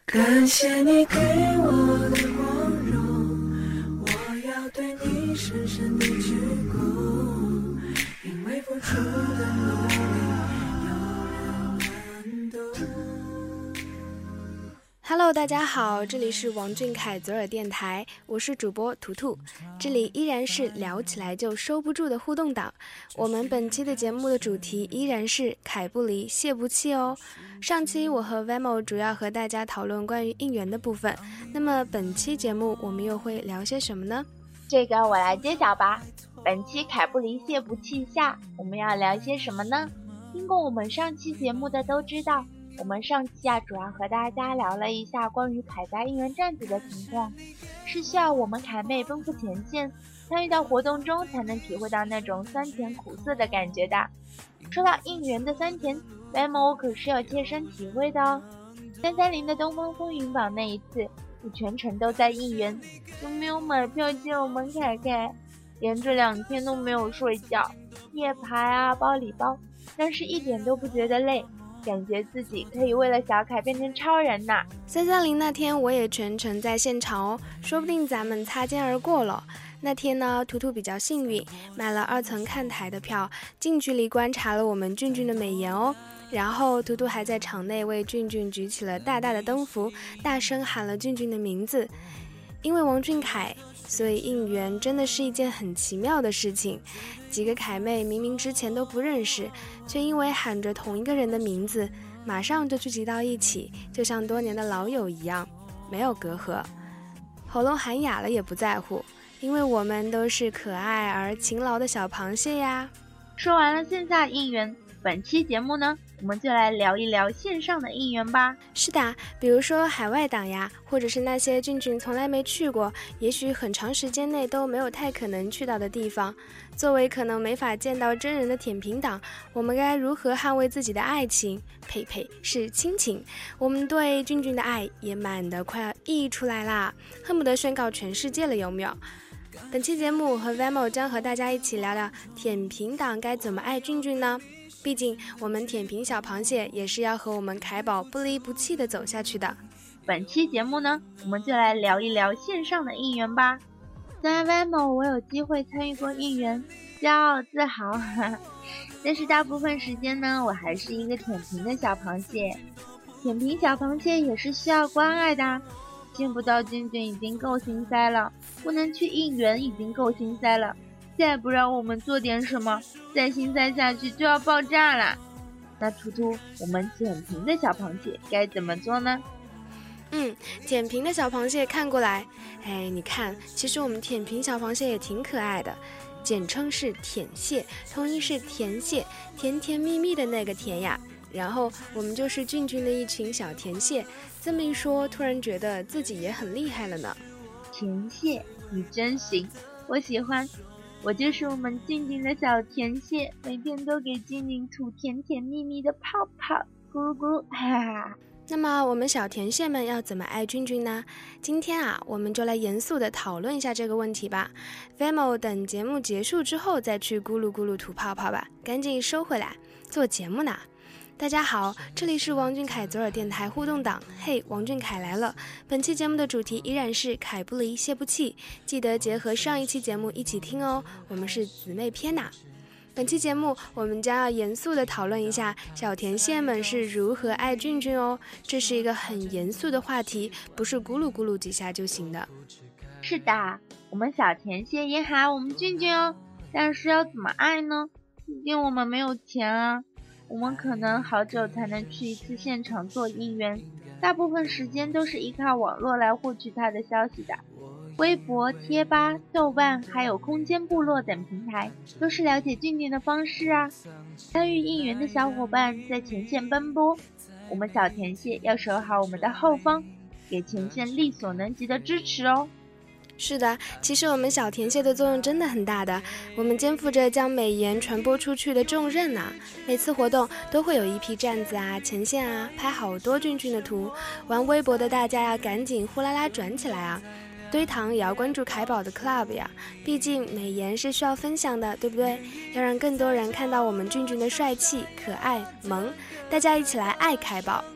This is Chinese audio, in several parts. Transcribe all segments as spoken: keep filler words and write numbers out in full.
感谢你给我的光荣，我要对你深深的鞠躬，因为付出的努力有人能懂。 Hello， 大家好，这里是王俊凯左耳电台，我是主播图图，这里依然是聊起来就收不住的互动档。我们本期的节目的主题依然是凯不离谢不弃哦。上期我和 Vemo 主要和大家讨论关于应援的部分，那么本期节目我们又会聊些什么呢？ 这个我来揭晓吧。本期凯不离谢不弃下，我们要聊些什么呢？听过我们上期节目的都知道，我们上期啊主要和大家聊了一下关于凯家应援站子的情况，是需要我们凯妹奔赴前线，参与到活动中才能体会到那种酸甜苦涩的感觉的。说到应援的酸甜，Vemo 我可是有切身体会的哦。三三零的东方风云榜那一次，我全程都在应援，有没有买票接我们凯凯？连着两天都没有睡觉，夜排啊，包里包，但是一点都不觉得累。感觉自己可以为了小凯变成超人呐！ 三三零那天我也全程在现场哦，说不定咱们擦肩而过了。那天呢，图图比较幸运，买了二层看台的票，近距离观察了我们俊俊的美颜哦。然后图图还在场内为俊俊举起了大大的灯符，大声喊了俊俊的名字。因为王俊凯，所以应援真的是一件很奇妙的事情。几个凯妹明明之前都不认识，却因为喊着同一个人的名字，马上就聚集到一起，就像多年的老友一样，没有隔阂。喉咙喊哑了也不在乎，因为我们都是可爱而勤劳的小螃蟹呀。 说完了线下应援，本期节目呢，我们就来聊一聊线上的应援吧。 是的，比如说海外党呀，或者是那些俊俊从来没去过，也许很长时间内都没有太可能去到的地方。作为可能没法见到真人的舔屏党，我们该如何捍卫自己的爱情？呸呸，是亲情。我们对俊俊的爱也满得快要溢出来啦，恨不得宣告全世界了，有没有？本期节目和 Vemo 将和大家一起聊聊舔屏党该怎么爱俊俊呢？毕竟我们舔屏小螃蟹也是要和我们凯宝不离不弃的走下去的。 本期节目呢，我们就来聊一聊线上的应援吧。虽然 Vemo 我有机会参与过应援，骄傲自豪，呵呵，但是大部分时间呢，我还是一个舔屏的小螃蟹。舔屏小螃蟹也是需要关爱的，见不到俊俊已经够心塞了，不能去应援已经够心塞了，再不让我们做点什么，再心塞下去就要爆炸了。那图图，我们舔屏的小螃蟹该怎么做呢？ 嗯，舔屏的小螃蟹看过来，哎，你看，其实我们舔屏小螃蟹也挺可爱的，简称是舔蟹，同音是甜蟹，甜甜蜜蜜的那个甜呀。然后我们就是俊俊的一群小甜蟹，这么一说，突然觉得自己也很厉害了呢。 甜蟹，你真行，我喜欢。我就是我们俊俊的小甜蟹，每天都给俊俊吐甜甜蜜蜜的泡泡，咕噜咕噜，哈哈。 那么我们小甜蟹们要怎么爱俊俊呢？今天啊，我们就来严肃地讨论一下这个问题吧。Vemo 等节目结束之后再去咕噜咕噜吐泡泡吧，赶紧收回来，做节目呢。大家好，这里是王俊凯左耳电台互动档，嘿，王俊凯来了。本期节目的主题依然是凯不离谢不弃，记得结合上一期节目一起听哦，我们是姊妹篇呐。本期节目我们将要严肃地讨论一下小甜蟹们是如何爱俊俊哦，这是一个很严肃的话题，不是咕噜咕噜几下就行的。 是的，我们小甜蟹也喊我们俊俊哦，但是要怎么爱呢？毕竟我们没有钱啊，我们可能好久才能去一次现场做应援，大部分时间都是依靠网络来获取他的消息的。微博、贴吧、豆瓣还有空间部落等平台都是了解俊俊的方式啊。参与应援的小伙伴在前线奔波，我们小甜蟹要守好我们的后方，给前线力所能及的支持哦。 是的，其实我们小甜蟹的作用真的很大的，我们肩负着将美颜传播出去的重任啊。每次活动都会有一批站子啊、前线啊拍好多俊俊的图，玩微博的大家要赶紧呼啦啦转起来啊。堆糖也要关注凯宝的 club 呀，毕竟美颜是需要分享的，对不对？要让更多人看到我们俊俊的帅气、可爱、萌，大家一起来爱凯宝。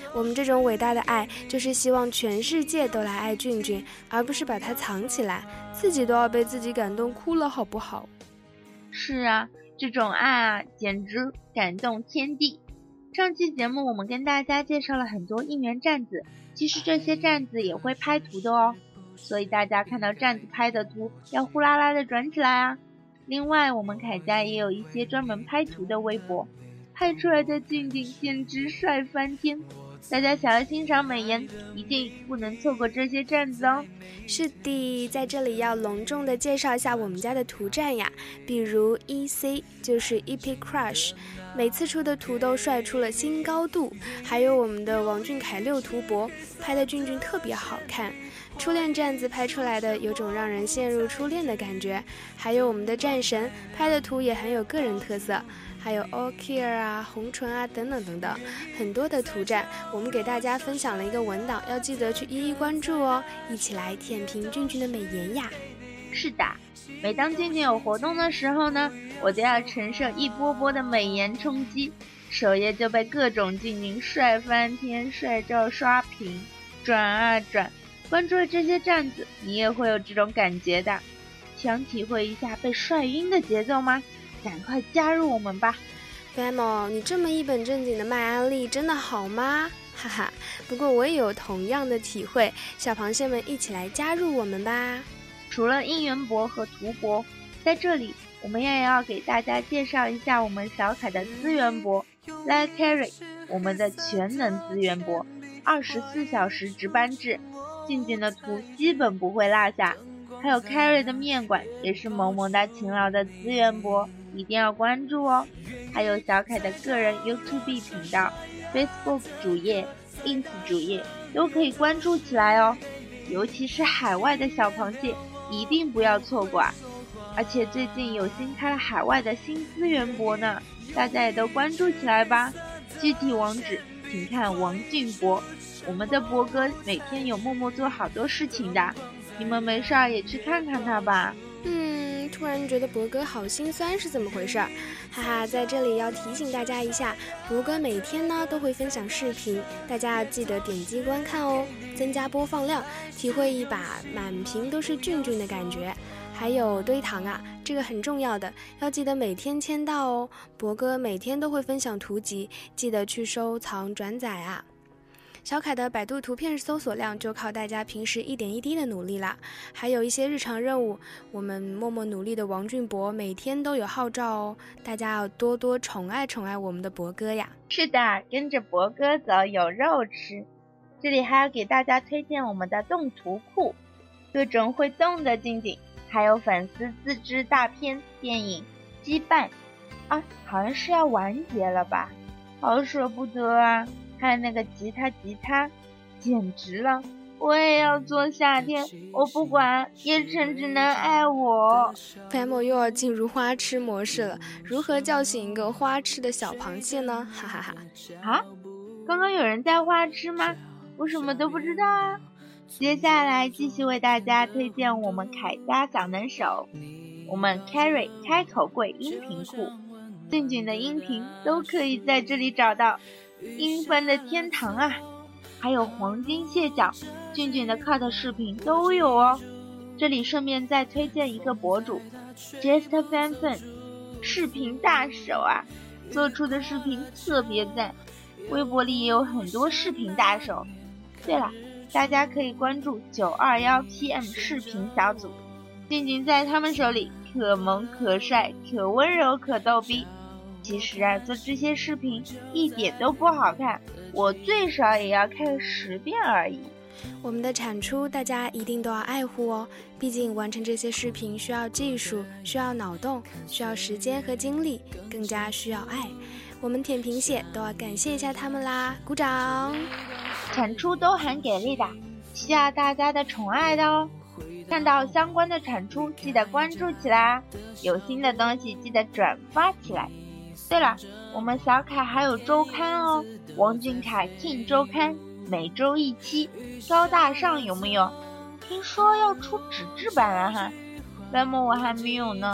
我们这种伟大的爱，就是希望全世界都来爱俊俊，而不是把它藏起来，自己都要被自己感动哭了，好不好？ 是啊，这种爱啊，简直感动天地。上期节目我们跟大家介绍了很多应援站子，其实这些站子也会拍图的哦，所以大家看到站子拍的图要呼啦啦的转起来啊。另外我们凯家也有一些专门拍图的微博，拍出来的俊俊简直帅翻天，大家想要欣赏美颜，一定不能错过这些站子哦。 是的，在这里要隆重的介绍一下我们家的图站呀，比如 E C 就是 Epic Crush， 每次出的图都帅出了新高度，还有我们的王俊凯六图博拍的俊俊特别好看，初恋站子拍出来的有种让人陷入初恋的感觉，还有我们的战神拍的图也很有个人特色，还有 Okir 啊、红唇啊等等等等，很多的图站，我们给大家分享了一个文档，要记得去一一关注哦，一起来舔屏俊俊的美颜呀。 是的，每当俊俊有活动的时候呢，我都要承受一波波的美颜冲击，首页就被各种俊俊帅翻天，帅照刷屏，转啊转。关注了这些站子，你也会有这种感觉的。想体会一下被帅晕的节奏吗？赶快加入我们吧。 Famo， 你这么一本正经的卖安利真的好吗？哈哈，不过我也有同样的体会，小螃蟹们一起来加入我们吧。 除了应援博和图博，在这里我们也要给大家介绍一下我们小凯的资源博 Like Carry， 我们的全能资源博，二十四小时值班制，俊俊的图基本不会落下，还有 Carry 的面馆也是萌萌哒勤劳的资源博，一定要关注哦。还有小凯的个人 YouTube 频道、Facebook 主页、Ins 主页都可以关注起来哦。尤其是海外的小螃蟹，一定不要错过啊！而且最近有新开了海外的新资源博呢，大家也都关注起来吧。具体网址请看王俊博，我们的博哥每天有默默做好多事情的，你们没事儿也去看看他吧。 嗯，突然觉得博哥好心酸，是怎么回事？哈哈，在这里要提醒大家一下，博哥每天呢都会分享视频，大家要记得点击观看哦，增加播放量，体会一把满屏都是俊俊的感觉。还有堆糖啊，这个很重要的，要记得每天签到哦。博哥每天都会分享图集，记得去收藏转载啊。小凯的百度图片搜索量就靠大家平时一点一滴的努力啦，还有一些日常任务，我们默默努力的王俊博每天都有号召哦，大家要多多宠爱宠爱我们的博哥呀。 是的，跟着博哥走有肉吃。这里还要给大家推荐我们的动图库，各种会动的静静，还有粉丝自制大片电影羁绊啊，好像是要完结了吧，好舍不得啊。还有那个吉他吉他简直了，我也要做夏天，我不管，叶晨只能爱我。 Famo 又要进入花痴模式了，如何叫醒一个花痴的小螃蟹呢？哈哈哈。 啊，刚刚有人在花痴吗？我什么都不知道啊。接下来继续为大家推荐我们凯家小能手，我们 Carry 开口柜音频库，俊俊的音频都可以在这里找到，音般的天堂啊！还有黄金蟹脚、俊俊的 cut 视频都有哦。这里顺便再推荐一个博主 Just Fan Fan， 视频大手啊，做出的视频特别赞，微博里也有很多视频大手。对了，大家可以关注九二一 P M 视频小组，俊俊在他们手里可萌可帅可温柔可逗逼。其实啊，做这些视频一点都不好看，我最少也要看十遍而已。 我们的产出大家一定都要爱护哦，毕竟完成这些视频需要技术，需要脑洞，需要时间和精力，更加需要爱。我们舔屏蟹都要感谢一下他们啦，鼓掌！ 产出都很给力的，需要大家的宠爱的哦。看到相关的产出记得关注起来，有新的东西记得转发起来。对了，我们小凯还有周刊哦，王俊凯 King 周刊，每周一期，高大上有没有？听说要出纸质版了哈，那么我还没有呢，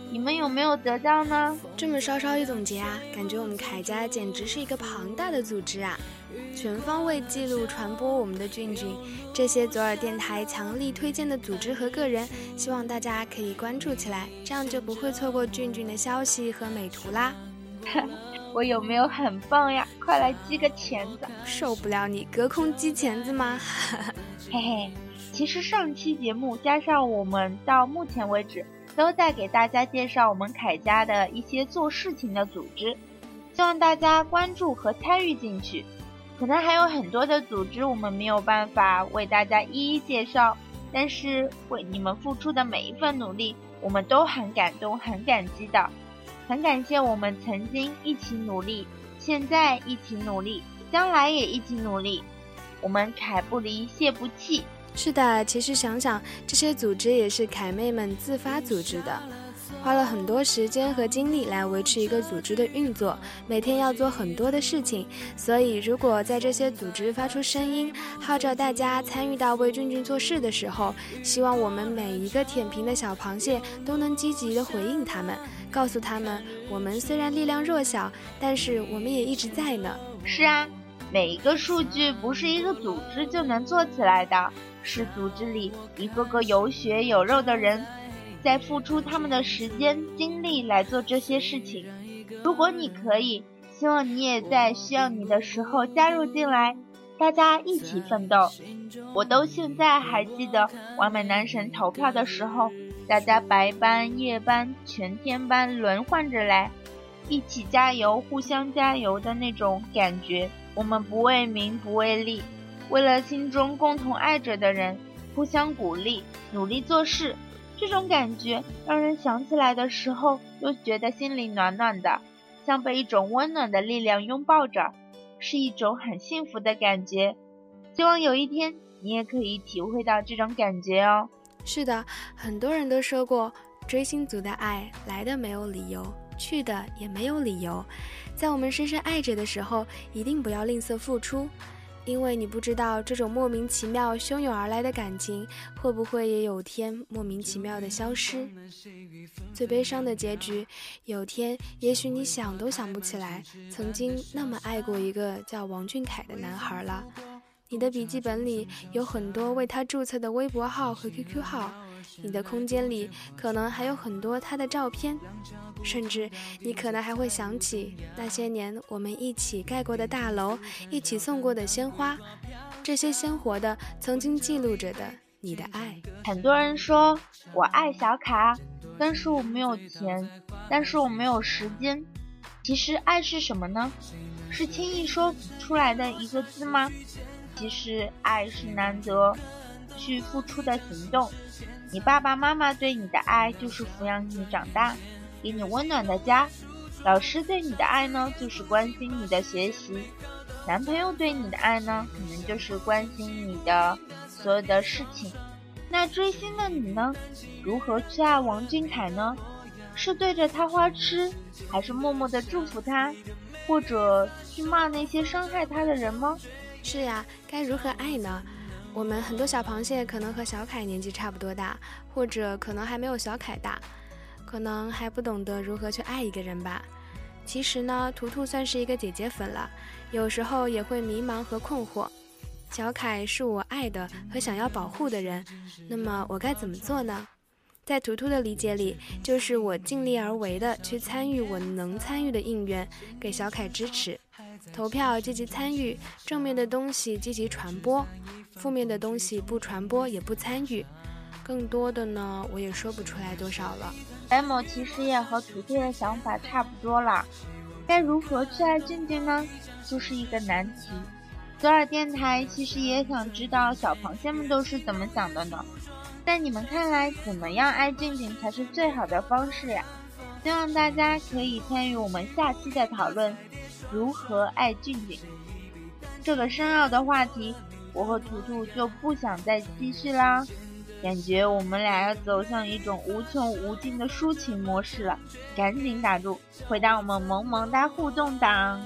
你们有没有得到呢？ 这么稍稍一总结啊，感觉我们凯家简直是一个庞大的组织啊，全方位记录传播我们的俊俊。这些左耳电台强力推荐的组织和个人，希望大家可以关注起来，这样就不会错过俊俊的消息和美图啦。 我有没有很棒呀？快来击个钳子！ 受不了你隔空击钳子吗？ 嘿嘿，其实上期节目加上我们到目前为止都在给大家介绍我们凯家的一些做事情的组织，希望大家关注和参与进去。可能还有很多的组织我们没有办法为大家一一介绍，但是为你们付出的每一份努力，我们都很感动很感激的。很感谢我们曾经一起努力，现在一起努力，将来也一起努力，我们凯不离谢不弃。 是的，其实想想这些组织也是凯妹们自发组织的，花了很多时间和精力来维持一个组织的运作，每天要做很多的事情，所以如果在这些组织发出声音，号召大家参与到为俊俊做事的时候，希望我们每一个舔屏的小螃蟹都能积极的回应他们，告诉他们我们虽然力量弱小，但是我们也一直在呢。 是啊，每一个数据不是一个组织就能做起来的，是组织里一个个有血有肉的人在付出他们的时间精力来做这些事情。如果你可以，希望你也在需要你的时候加入进来，大家一起奋斗。我都现在还记得完美男神投票的时候，大家白班夜班全天班轮换着来，一起加油互相加油的那种感觉。我们不为名不为利，为了心中共同爱着的人互相鼓励，努力做事，这种感觉让人想起来的时候又觉得心里暖暖的，像被一种温暖的力量拥抱着，是一种很幸福的感觉。希望有一天你也可以体会到这种感觉哦。 是的，很多人都说过，追星族的爱来的没有理由，去的也没有理由。在我们深深爱着的时候，一定不要吝啬付出，因为你不知道这种莫名其妙汹涌而来的感情会不会也有天莫名其妙的消失。最悲伤的结局，有天也许你想都想不起来曾经那么爱过一个叫王俊凯的男孩了。你的笔记本里有很多为他注册的微博号和 Q Q 号，你的空间里可能还有很多他的照片，甚至你可能还会想起那些年我们一起盖过的大楼，一起送过的鲜花，这些鲜活的曾经记录着的你的爱。 很多人说我爱小卡，但是我没有钱，但是我没有时间。其实爱是什么呢？是轻易说出来的一个字吗？其实爱是难得去付出的行动。你爸爸妈妈对你的爱就是抚养你长大，给你温暖的家。老师对你的爱呢，就是关心你的学习。男朋友对你的爱呢，可能就是关心你的所有的事情。那追星的你呢，如何去爱王俊凯呢？是对着他花痴，还是默默的祝福他，或者去骂那些伤害他的人吗？ 是呀，该如何爱呢？我们很多小螃蟹可能和小凯年纪差不多大，或者可能还没有小凯大，可能还不懂得如何去爱一个人吧。其实呢，图图算是一个姐姐粉了，有时候也会迷茫和困惑。小凯是我爱的和想要保护的人，那么我该怎么做呢？在图图的理解里，就是我尽力而为的去参与我能参与的应援，给小凯支持。投票积极参与，正面的东西积极传播，负面的东西不传播也不参与。更多的呢，我也说不出来多少了。 M 其实也和图图的想法差不多了，该如何去爱俊俊呢？就是一个难题。左耳电台其实也想知道小螃蟹们都是怎么想的呢？在你们看来，怎么样爱俊俊才是最好的方式呀？希望大家可以参与我们下期的讨论，如何爱俊俊这个深奥的话题，我和图图就不想再继续啦，感觉我们俩要走向一种无穷无尽的抒情模式了，赶紧打住，回到我们萌萌哒互动档。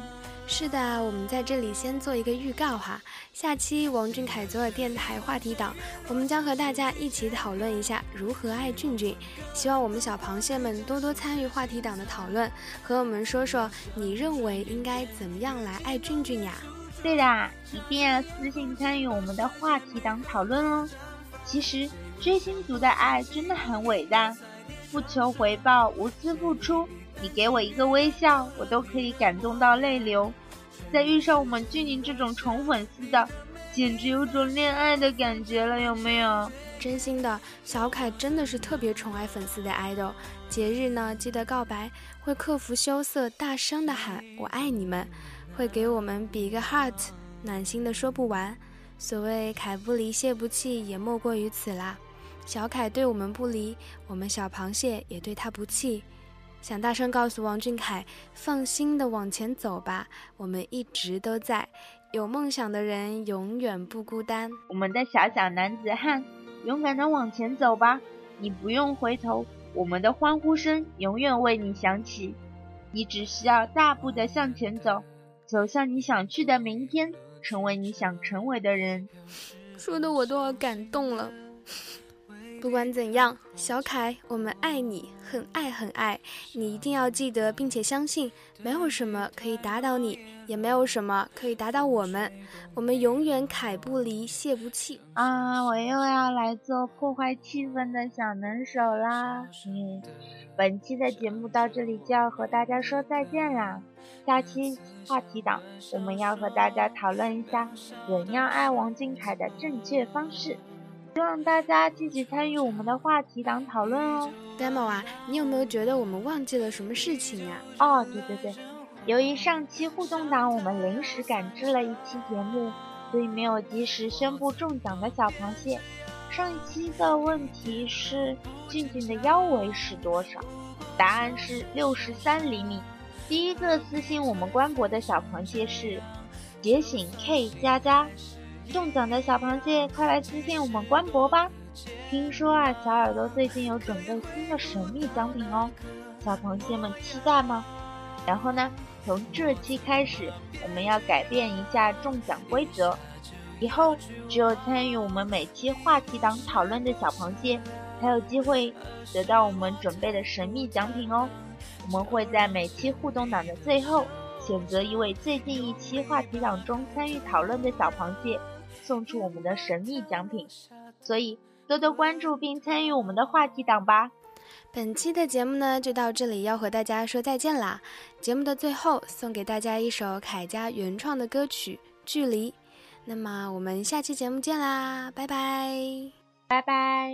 是的，我们在这里先做一个预告哈，下期王俊凯左耳电台话题档，我们将和大家一起讨论一下如何爱俊俊，希望我们小螃蟹们多多参与话题档的讨论，和我们说说你认为应该怎么样来爱俊俊呀？ 对的，一定要私信参与我们的话题档讨论哦。其实追星族的爱真的很伟大，不求回报，无私付出，你给我一个微笑，我都可以感动到泪流。再遇上我们俊俊这种宠粉丝的，简直有种恋爱的感觉了，有没有？ 真心的，小凯真的是特别宠爱粉丝的 idol， 节日呢记得告白，会克服羞涩，大声的喊我爱你们，会给我们比一个 heart， 暖心的说不完。所谓凯不离蟹不弃，也莫过于此啦。小凯对我们不离，我们小螃蟹也对他不弃。想大声告诉王俊凯，放心的往前走吧，我们一直都在，有梦想的人永远不孤单。 我们的小小男子汉，勇敢的往前走吧，你不用回头，我们的欢呼声永远为你响起。你只需要大步的向前走，走向你想去的明天，成为你想成为的人。 说的我都要感动了。不管怎样，小凯，我们爱你，很爱很爱你，一定要记得并且相信，没有什么可以打倒你，也没有什么可以打倒我们，我们永远凯不离蟹不弃啊！我又要来做破坏气氛的小能手啦。嗯，本期的节目到这里就要和大家说再见啦。下期话题档我们要和大家讨论一下怎样爱王俊凯的正确方式，希望大家积极参与我们的话题档讨论哦。 Demo 啊，你有没有觉得我们忘记了什么事情啊？ 哦，对对对，由于上期互动档我们临时赶制了一期节目，所以没有及时宣布中奖的小螃蟹。上一期的问题是俊俊的腰围是多少？答案是六十三厘米。第一个私信我们官博的小螃蟹是觉醒 K 加加。中奖的小螃蟹快来私信我们官博吧。听说啊，小耳朵最近有准备新的神秘奖品哦，小螃蟹们期待吗？然后呢，从这期开始我们要改变一下中奖规则，以后只有参与我们每期话题档讨论的小螃蟹才有机会得到我们准备的神秘奖品哦。我们会在每期互动档的最后选择一位最近一期话题档中参与讨论的小螃蟹，送出我们的神秘奖品，所以多多关注并参与我们的话题档吧。 本期的节目呢就到这里，要和大家说再见啦。节目的最后送给大家一首凯家原创的歌曲《距离》，那么我们下期节目见啦，拜拜拜拜。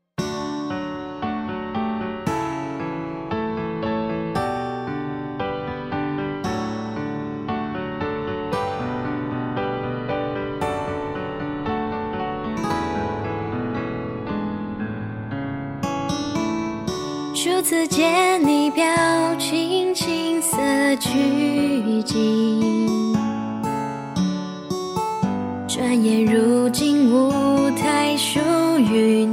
初次见你表情青涩拘谨，转眼如今舞台属于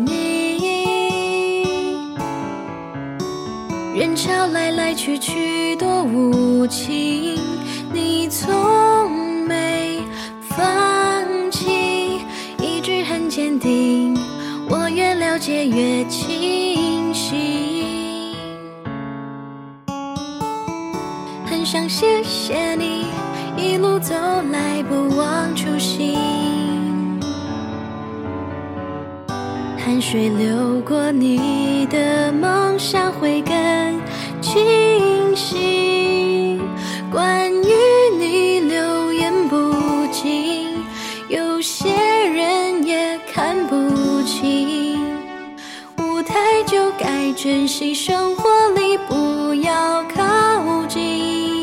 你，人潮来来去去多无情，你从没放弃，一直很坚定，我越了解越清晰，很想谢谢你一路走来不忘初心，汗水流过你的梦想会更清晰，关于你流言不尽，有些人也看不清，舞台就该珍惜，生活里不要靠近，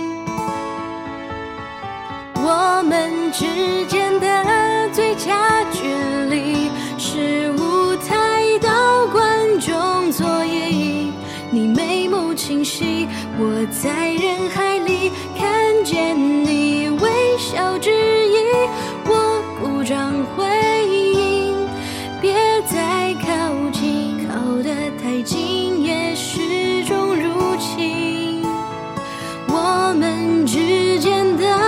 我们之间的最佳距离是舞台到观众座椅，你眉目清晰，我在人海里看见你微笑之意，我鼓掌回应，别再靠近，靠得太近也是种入侵，我们之间的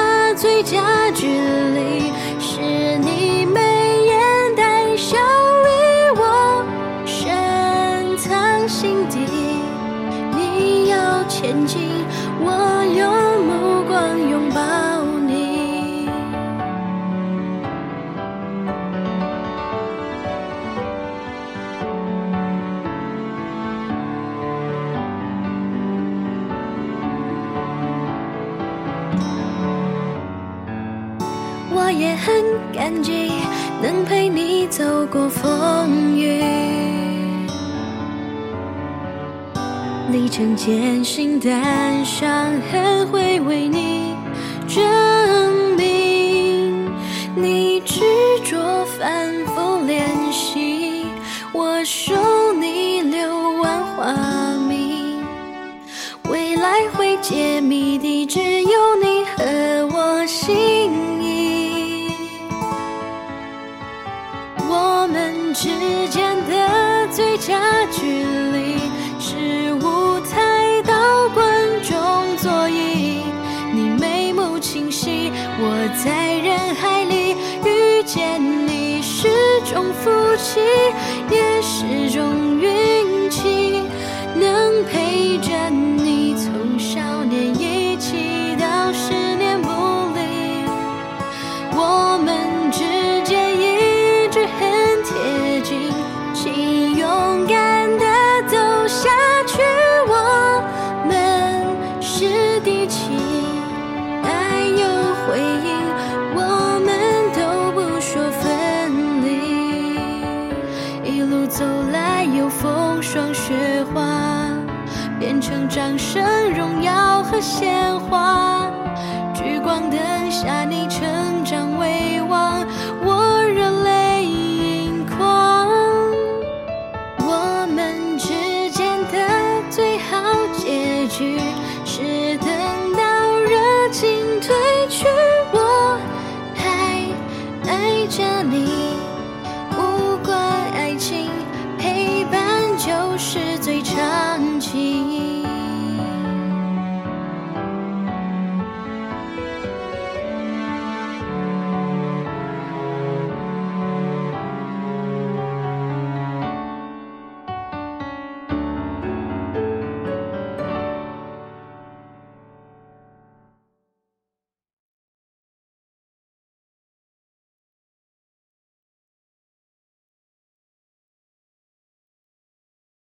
感激能陪你走过风雨，历程艰辛，但伤痕会为你证明。你执着反复练习，我守你六万花名，未来会解谜底，只有你和我心意。我们之间的最佳距离是舞台到观众座椅，你眉目清晰，我在人海里遇见你，是种福气，也是种运气，能陪着你从少年一起到十年不离。我们之间一直很贴近，请勇敢地走下去。我们是第七，爱有回应，我们都不说分离。一路走来有风霜雪花，变成掌声荣耀和鲜花，聚光灯下你成长为王，我热泪盈眶。我们之间的最好结局是等到热情褪去，我还爱着你，不管爱情，陪伴就是